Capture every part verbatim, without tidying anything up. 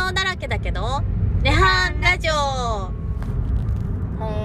能だらけだけどレハンラジオ。はい、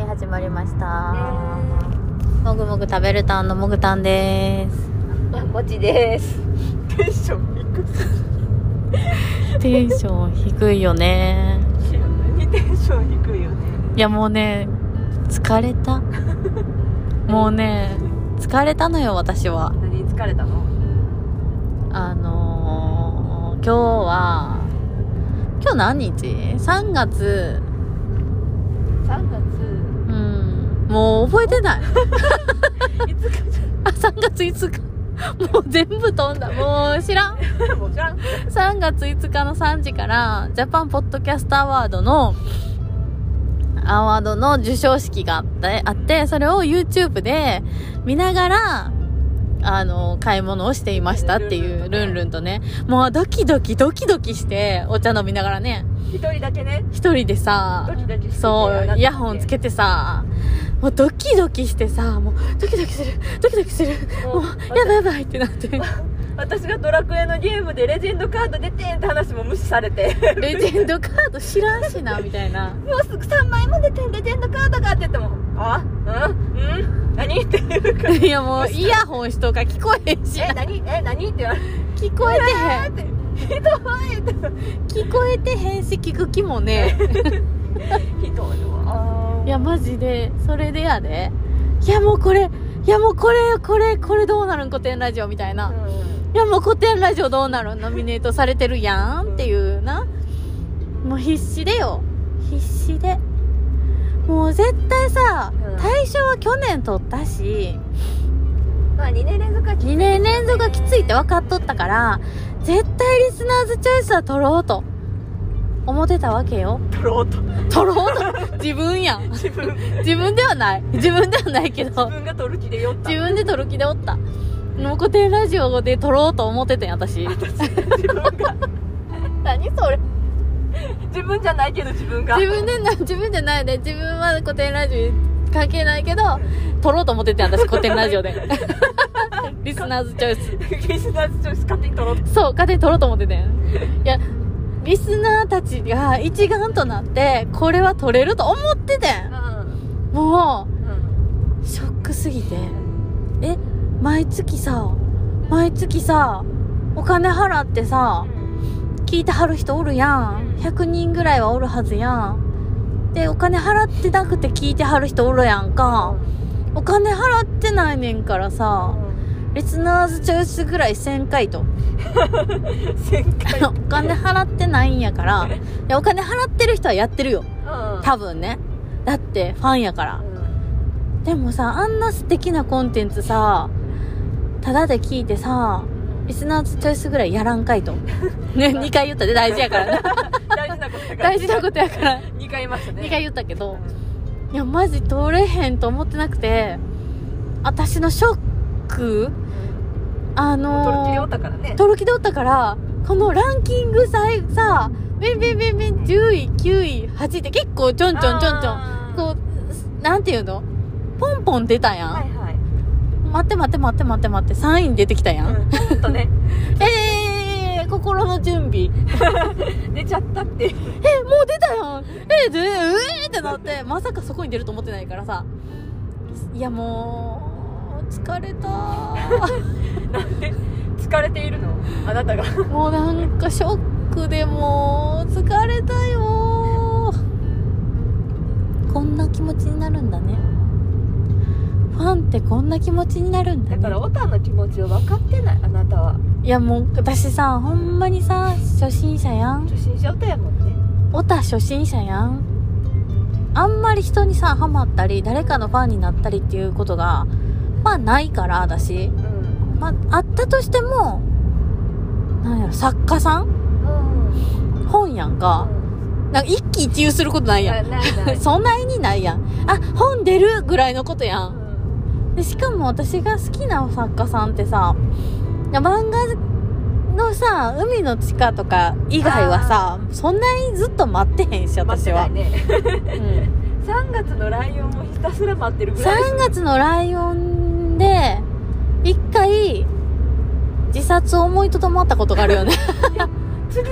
始まりました。もぐもぐ食べるタンのもぐたんです。 もちです。テンション低いテンション低いよね。 何テンション低いよね。 いやもうね疲れたもうね疲れたのよ私は。 何疲れたの？ あのー、今日は今日何日 ?さんがつさんがつうんもう覚えてないいつかじゃあさんがついつかもう全部飛んだ。もう知らんもう知らんさんがついつかのさんじからジャパンポッドキャストアワードのアワードの授賞式があって、あってそれを YouTube で見ながらあの買い物をしていましたっていうルンルンとね、もうドキドキドキドキしてお茶飲みながらね、 一人だけね一人でさドキドキしてそうイヤホンつけてさもうドキドキしてさもうドキドキするドキドキするもうやばいやばいってなって私がドラクエのゲームでレジェンドカード出てんって話も無視されてレジェンドカード知らんしなみたいなもうすぐさんまいも出てんレジェンドカードがって言ってもあうんうん何って言うからいやもうイヤホンしとか聞こえへんしえ何え何って言われ聞こえてへんってひどいって聞こえてへんし聞く気もねひどいわ。 いやマジでそれでやでいやもうこれいやもうこれこれこれどうなるん古典ラジオみたいな、 うんいやもう古典ラジオどうなるんノミネートされてるやんっていうな、もう必死でよ必死でもう絶対さ、 うん、 大賞は去年取ったしまあにねん連続はきつい、 にねん連続がきついって分かっとったから絶対リスナーズチョイスは取ろうと思ってたわけよ。 取ろうと取ろうと自分やん自分自分ではない自分ではないけど自分が取る気でよった自分で取る気でおったもう古典ラジオで撮ろうと思っててん私自分が何それ自分じゃないけど自分が自分でな自分じゃないで自分は古典ラジオ関係ないけど撮ろうと思っててん私古典ラジオでリスナーズチョイスリスナーズチョイス勝手に取ろうそう勝手に撮ろうと思っててんいやリスナーたちが一丸となってこれは撮れると思っててんもう、うん、ショックすぎてえ毎月さ毎月さお金払ってさ聞いてはる人おるやんひゃくにんぐらいはおるはずやんでお金払ってなくて聞いてはる人おるやんかお金払ってないねんからさリスナーズチョイスぐらいせんかいとせんかいお金払ってないんやからいやお金払ってる人はやってるよ多分ねだってファンやからでもさあんな素敵なコンテンツさただで聞いてさリスナーズチョイスぐらいやらんかいとねにかい言ったで大事やからな大事なことやから大事なことやからにかい言いましたねにかい言ったけどいやマジ通れへんと思ってなくて私のショックあのー、 取る気でおったからね取る気でおったからこのランキングささビンビンビンビンじゅういきゅういはちいって結構ちょんちょんちょんちょんこうなんていうのポンポン出たやん、 はいはい、 待って待って待って待って待ってさんいに出てきたやん、 うん、ほんとねえー心の準備出ちゃったってえもう出たやんえー、でえーってなってまさかそこに出ると思ってないからさいやもう疲れたなんで疲れているのあなたがもうなんかショックでもう疲れたよこんな気持ちになるんだねファンってこんな気持ちになるんだねだからオタの気持ちを分かってないあなたはいやもう私さほんまにさ初心者やん初心者オタやもんねオタ初心者やんあんまり人にさハマったり誰かのファンになったりっていうことがまあないから私、うん、まああったとしてもなんやろ作家さん、うん、本やんか、うん、なんか一喜一憂することないやんないないそんなにないやんあ本出るぐらいのことやん、うん、でしかも私が好きな作家さんってさ漫画のさ海の地下とか以外はさそんなにずっと待ってへんし私は待ってないね、うん、さんがつのライオンもひたすら待ってるぐらいさんがつのライオンで一回自殺を思いとどまったことがあるよね次々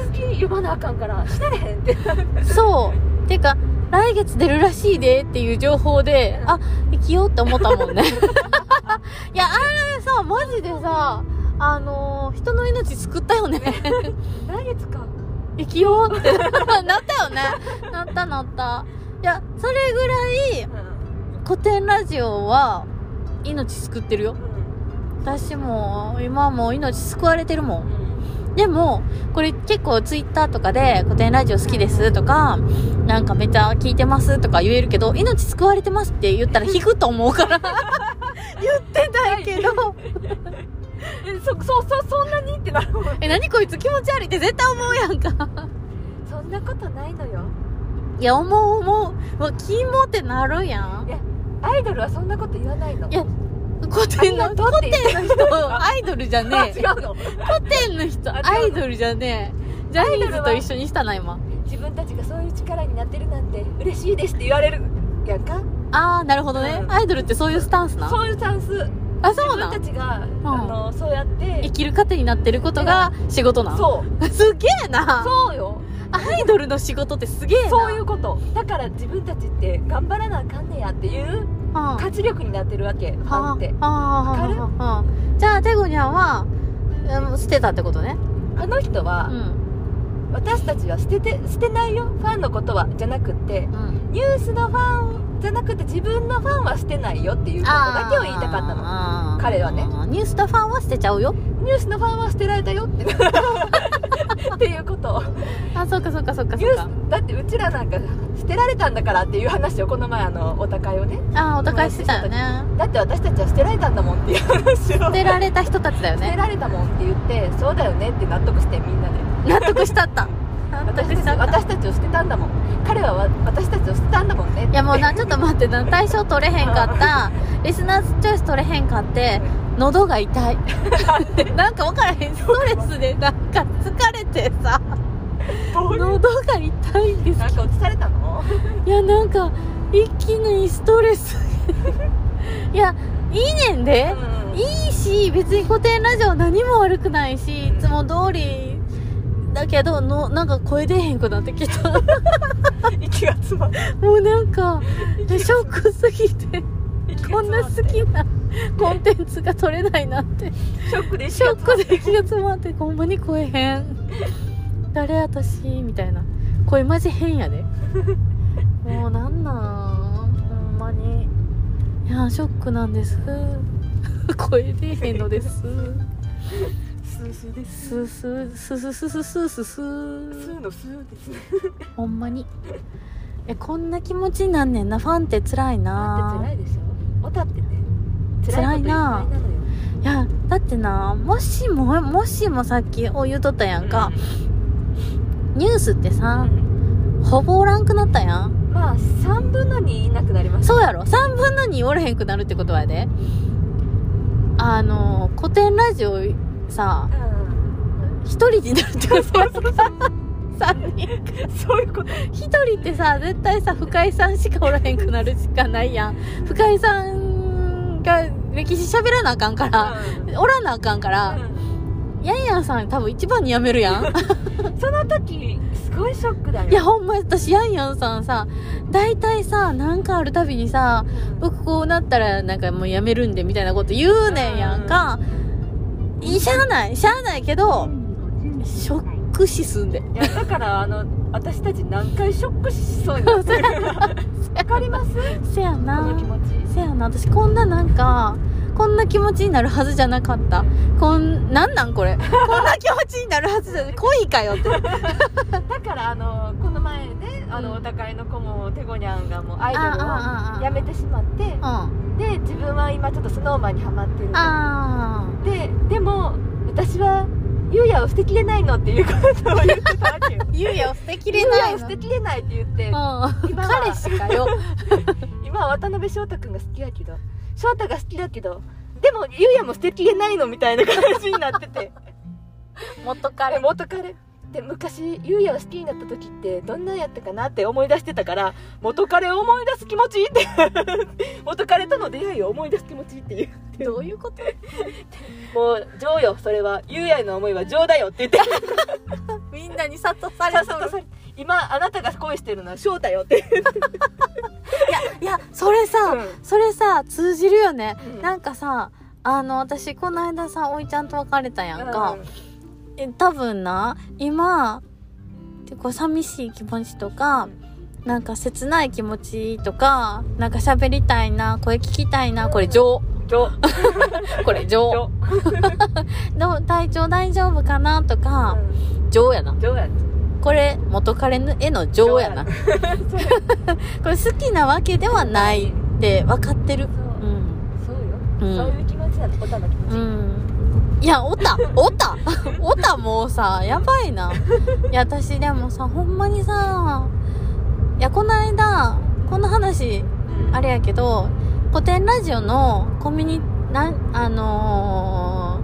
読まなあかんからしてれへんってそうてか来月出るらしいでっていう情報で、うん、あ生きようって思ったもんねいやあれさマジでさあのー、人の命救ったよね来月か生きようってなったよねなったなったいやそれぐらい、うん、古典ラジオは命救ってるよ、うん、私も今もう命救われてるもん、うん、でもこれ結構ツイッターとかで古典ラジオ好きですとかなんかめっちゃ聞いてますとか言えるけど命救われてますって言ったら引くと思うから言ってないけどえそそそそんなにってなるもんえ何こいつ気持ち悪いって絶対思うやんかそんなことないのよいや思う思うもうキモってなるやんいやアイドルはそんなこと言わないのいや古典の古典の人アイドルじゃねえ違うの古典の人アイドルじゃねえジャニーズと一緒にしたな今自分たちがそういう力になってるなんて嬉しいですって言われるやんかああなるほどね、うん、アイドルってそういうスタンスなそういうスタンスあそうなん自分たちが、うん、あのそうやって生きる糧になってることが仕事なんそうすげえなそうよアイドルの仕事ってすげえなそういうことだから自分たちって頑張らなあかんねやっていう活力になってるわけ、ファンってわかる？ じゃあテゴニャンは捨てたってことねあの人は、うん、私たちは捨てて捨てないよファンのことはじゃなくって、うん、ニュースのファンじゃなくて自分のファンは捨てないよっていうことだけを言いたかったの彼はねニュースのファンは捨てちゃうよニュースのファンは捨てられたよってっていうことをあそうかそうかそうかそうかだってうちらなんか捨てられたんだからっていう話をこの前あのお互いをねあお互いしてたよねだって私たちは捨てられたんだもんっていう話を捨てられた人たちだよね捨てられたもんって言ってそうだよねって納得してみんなで納得したった私たち私たちを捨てたんだもん彼は私たちを捨てたんだもんねいやもうなちょっと待ってな対象取れへんかったリスナーズチョイス取れへんかって喉が痛いなんか分からへんストレスでなんか疲れてさ喉が痛いんですなんか落ちされたのいやなんか一気にストレスいやいいねんで、うん、いいし別に古典ラジオ何も悪くないしいつも通りだけどのなんか声出へんくなってきた息が詰まるもうなんかショックすぎてこんな好きなコンテンツが取れないなってショックでショックで息が詰まってほんまに声変誰私みたいな声マジ変やでもうなんなんほんまにいやショックなんです声出へんのですスースーですスースースースースースースースースーのスーですほんまにえこんな気持ちになんねんなファンって辛いなファンって辛いでしょオタってね辛いないやだってなもしももしもさっきお言うとったやんか、うん、ニュースってさ、うん、ほぼおらんくなったやんまあさんぶんのにいなくなりましたそうやろさんぶんのにおれへんくなるってことやであの古典ラジオさ一、うん、人になるってことやさんにんそういうこと一人ってさ絶対さ深井さんしかおらへんくなるしかないやん深井さんが歴史喋らなあかんから、うん、おらなあかんから、うん、ヤンヤンさん多分一番に辞めるやんその時すごいショックだよいやほんま私ヤンヤンさんさ大体さなんかあるたびにさ、うん、僕こうなったらなんかもう辞めるんでみたいなこと言うねんやんか、うん、しゃあないしゃあないけどショック死すんでいやだからあの私たち何回ショック死しそうになってるわかりますせやなこの気持ちせやな私こんななんかこんな気持ちになるはずじゃなかったこんなんなんこれこんな気持ちになるはずじゃない恋かよってだからあのこの前ねあのお互いの子もテゴニャンがもうアイドルをやめてしまって、うん、で自分は今ちょっとスノーマンにハマってるあででも私はゆうやを捨てきれないのっていうことを言ってたわけよゆうやを捨てきれないのゆうやを捨てきれないって言って、うん、 今彼氏かよ今は渡辺翔太くんが好きやけど翔太が好きだけどでもゆうやも捨てきれないのみたいな感じになってて元彼元彼で昔ゆうやを好きになった時ってどんなんやったかなって思い出してたから元彼を思い出す気持ちいいって元彼との出会いを思い出す気持ちいいっていうどういうこともう情よそれはゆうやへの思いは情だよって言ってみんなに諭されとる。 今あなたが恋してるのは翔太よって。 いやいやそれさ、うん、それさ通じるよね、うん、なんかさあの私この間さおいちゃんと別れたやんか、うん、え多分な今こう寂しい気持ちとか、うん、なんか切ない気持ちとかなんか喋りたいな声聞きたいな、うん、これ情情これ情どう体調大丈夫かなとか、うん、情やな情やこれ元彼への情やなこれ好きなわけではないって分かってる。 そう、うん、そうよ、うん、そういう気持ちなのオタの気持ち、うん、 いやオタオタオタもうさやばいな。いや私でもさほんまにさいやこの間この話、うん、あれやけど古典ラジオのコミュニなあの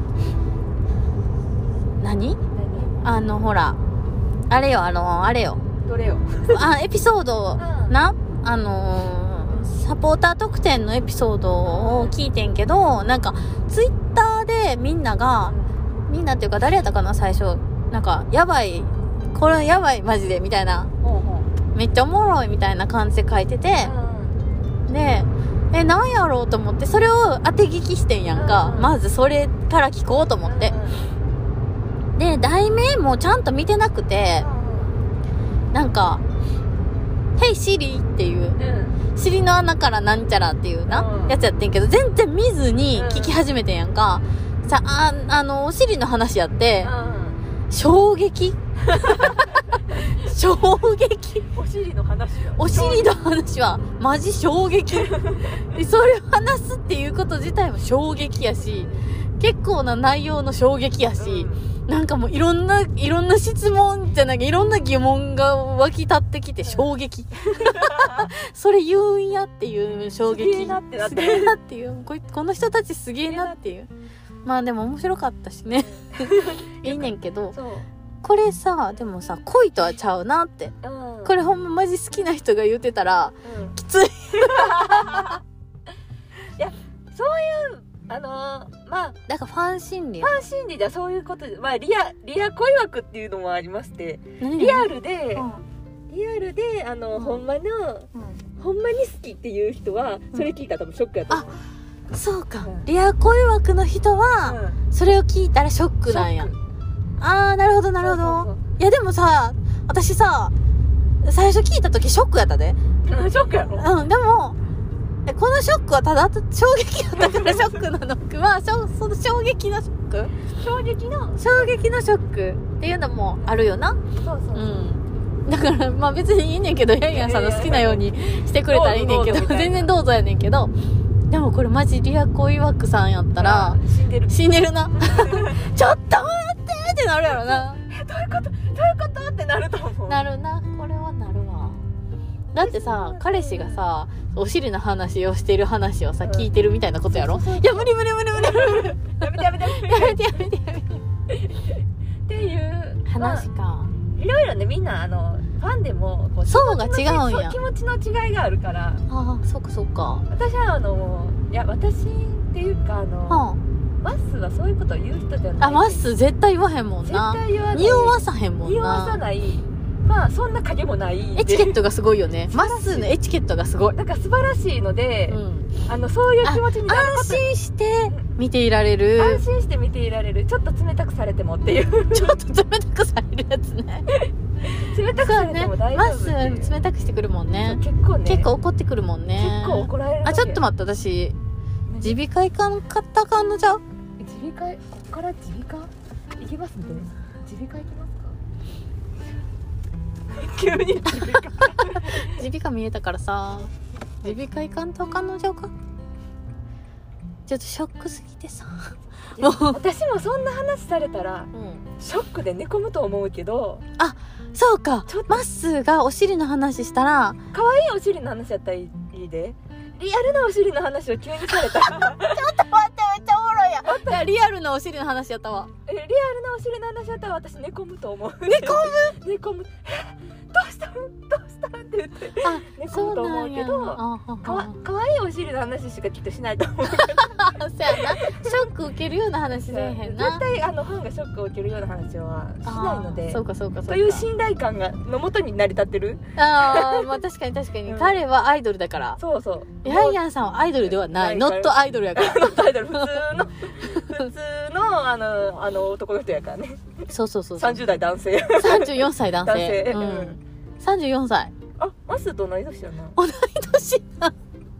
ー、何あのほらあれよあのあれよどれよあエピソードなあのー、サポーター特典のエピソードを聞いてんけどなんかツイッターでみんながみんなっていうか誰やったかな最初なんかやばいこれやばいマジでみたいなめっちゃおもろいみたいな感じで書いててでえなんやろうと思ってそれを当て聞きしてんやんかまずそれから聞こうと思ってで題名もちゃんと見てなくてなんか「Hey Siri」っていう、うん、尻の穴からなんちゃらっていうな、うん、やつやってんけど全然見ずに聞き始めてんやんか、うん、さああのお尻の話やって、うん、衝撃衝撃お尻の話はお尻の話はマジ衝撃でそれを話すっていうこと自体も衝撃やし結構な内容の衝撃やし、うん、なんかもういろんないろんな質問じゃなくていろんな疑問が湧き立ってきて衝撃それ言うんやっていう衝撃すげえなってなってすげえなっていうこ, この人たちすげえなっていうまあでも面白かったしねいいねんけどこれさでもさ恋とはちゃうなって、うん、これほんまマジ好きな人が言ってたら、うん、きついいやそういうあのー、まあだからファン心理ファン心理ではそういうことでまあリアリア恋枠っていうのもありましてリアルで、うん、リアルであの、うん、ほんまの、うん、ほんまに好きっていう人はそれ聞いたら多分ショックやと思う、 うん、あそうか、うん、リア恋枠の人は、うん、それを聞いたらショックなんやあーなるほどなるほどそうそうそういやでもさ私さ最初聞いた時ショックやったでショックやろうんでもこのショックはただ衝撃やったからショックなのかその衝撃のショック衝撃の衝撃のショックっていうのもあるよなそうそうそう、 うん、だからまあ別にいいねんけどヤンヤンさんの好きなようにしてくれたらいいねんけど全然どうぞやねんけどでもこれマジリア恋枠さんやったら死んでる死んでるなちょっと待ってってなるやろなどういうことどういうことってなると思うなるなこれはなるわだってさ彼氏がさお尻の話をしてる話をさ、うん、聞いてるみたいなことやろいや無理無理無理無理無理やめてやめてやめてやめてやめてやめてっていう話か、まあ、いろいろねみんなあのファンでもこう層が違うんや気持ちの違いがあるからああそっかそっか私はあのいや私っていうかあの、はあマッスはそういうことを言う人じゃないあマッス絶対言わへんもんな絶対言わない匂わさへんもんな匂わさないまあそんな影もないエチケットがすごいよねマッスのエチケットがすごいなんか素晴らしいので、うん、あのそういう気持ちになること安心して見ていられる、 うん、安心して見ていられるちょっと冷たくされてもっていうちょっと冷たくされるやつね冷たくされても大丈夫っていう、 ね、マッス冷たくしてくるもんね結構ね結構怒ってくるもんね結構怒られるあちょっと待って私耳鼻科行かんかったかんのじゃう耳鼻科こっから耳鼻科行きますんで耳鼻科行きますか急に耳鼻科耳鼻科見えたからさ耳鼻科行かんとあかんのじゃうかちょっとショックすぎてさもう私もそんな話されたら、うん、ショックで寝込むと思うけどあそうかマッスーがお尻の話したら可愛いお尻の話やったらいいでリアルなお尻の話を急にされたらちょっと待ってめっちゃおもろいやいやリアルなお尻の話やったわえリアルなお尻の話やったら私寝込むと思う寝込む寝込むどうしたのどうしたったって言ってあ、 寝込そうむと思なや。 うんけどあはかわはかわいいお尻の話しかきっとしないと思うそうやな。ショック受けるような話せえへんな。 絶対あのファンがショックを受けるような話はしないので、 そうかそうかそうか。 という信頼感がのもとに成り立ってる。 ああ、まあ確かに確かに、 うん、 彼はアイドルだから。 そうそうヤンヤンさんはアイドルではない、ノットアイドルやから。 ノットアイドル、普通の普通のあのあの男の人やからね。 そうそうそうそう。 さんじゅう代男性。 さんじゅうよんさい男性。 男性。 ううんん。 さんじゅうよんさい。 あ、マスと同い年やな。 同い年だ。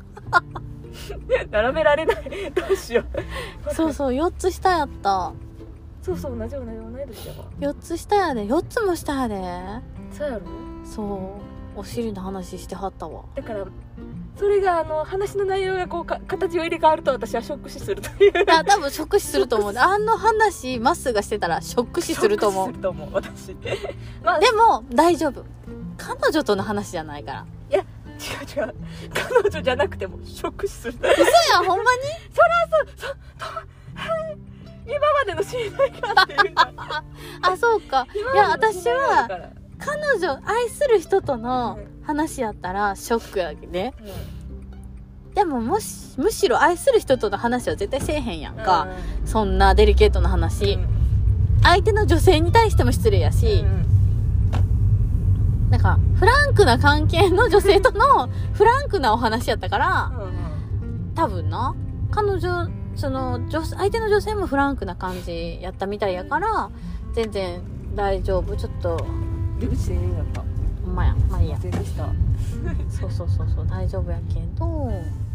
並べられない。どうしよう。 そうそう、よっつ下やった。 そうそう、同じ同じ同い年やわ。 よっつ下やで、よっつも下やで。 そうやろ。 そうお尻の話してはったわ。 だからそれがあの話の内容がこうか形を入れ替わると私はショック死するという。 あ、多分ショック死すると思う。あの話マッスーがしてたらショック死すると思う。 ショック死すると思う私。まあ、 でも大丈夫、彼女との話じゃないから。 いや違う違う、彼女じゃなくてもショック死する。 嘘やん、ほんまに。 そらそうそ今までの信頼感っていうかあ、そうか。いや、私は彼女、愛する人との話やったらショックやけどね、うん、でももしむしろ愛する人との話は絶対せえへんやんか、うん、そんなデリケートな話、うん、相手の女性に対しても失礼やし、うん、なんかフランクな関係の女性とのフランクなお話やったから、うん、多分な彼女その女相手の女性もフランクな感じやったみたいやから全然大丈夫。ちょっと出口で言うんだった。 ほんまや、まあいいや。 全然したそうそうそうそう、大丈夫やけど。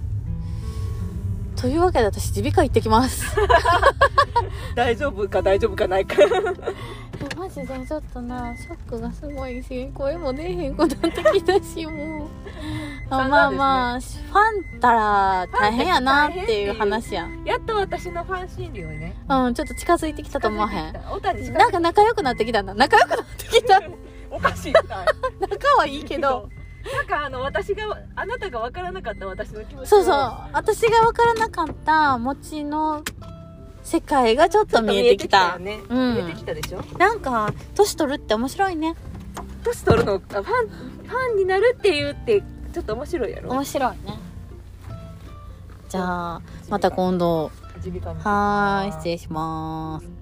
というわけで私耳鼻科行ってきます大丈夫か大丈夫かないかマジでちょっとなショックがすごいし、声も出えへんくなってきたし、もうあ、まあまあ、ファンたら大変やなっていう話やん。 やっと私のファン心理をね、 うん、ちょっと近づいてきたと思わへん。 なんか仲良くなってきたんだ。仲良くなってきたおかしいな仲はいいけどなんかあの私があなたが分からなかった私の気持ち、 そうそう、私が分からなかった餅の世界がちょっと見えてきた。 見えてきたよね、 うん、 見えてきたでしょ。 なんか年取るって面白いね。 年取るのファンファンになるっていうってちょっと面白いやろ。 面白いね。じゃあまた今度。 はーい、 はーい、失礼します。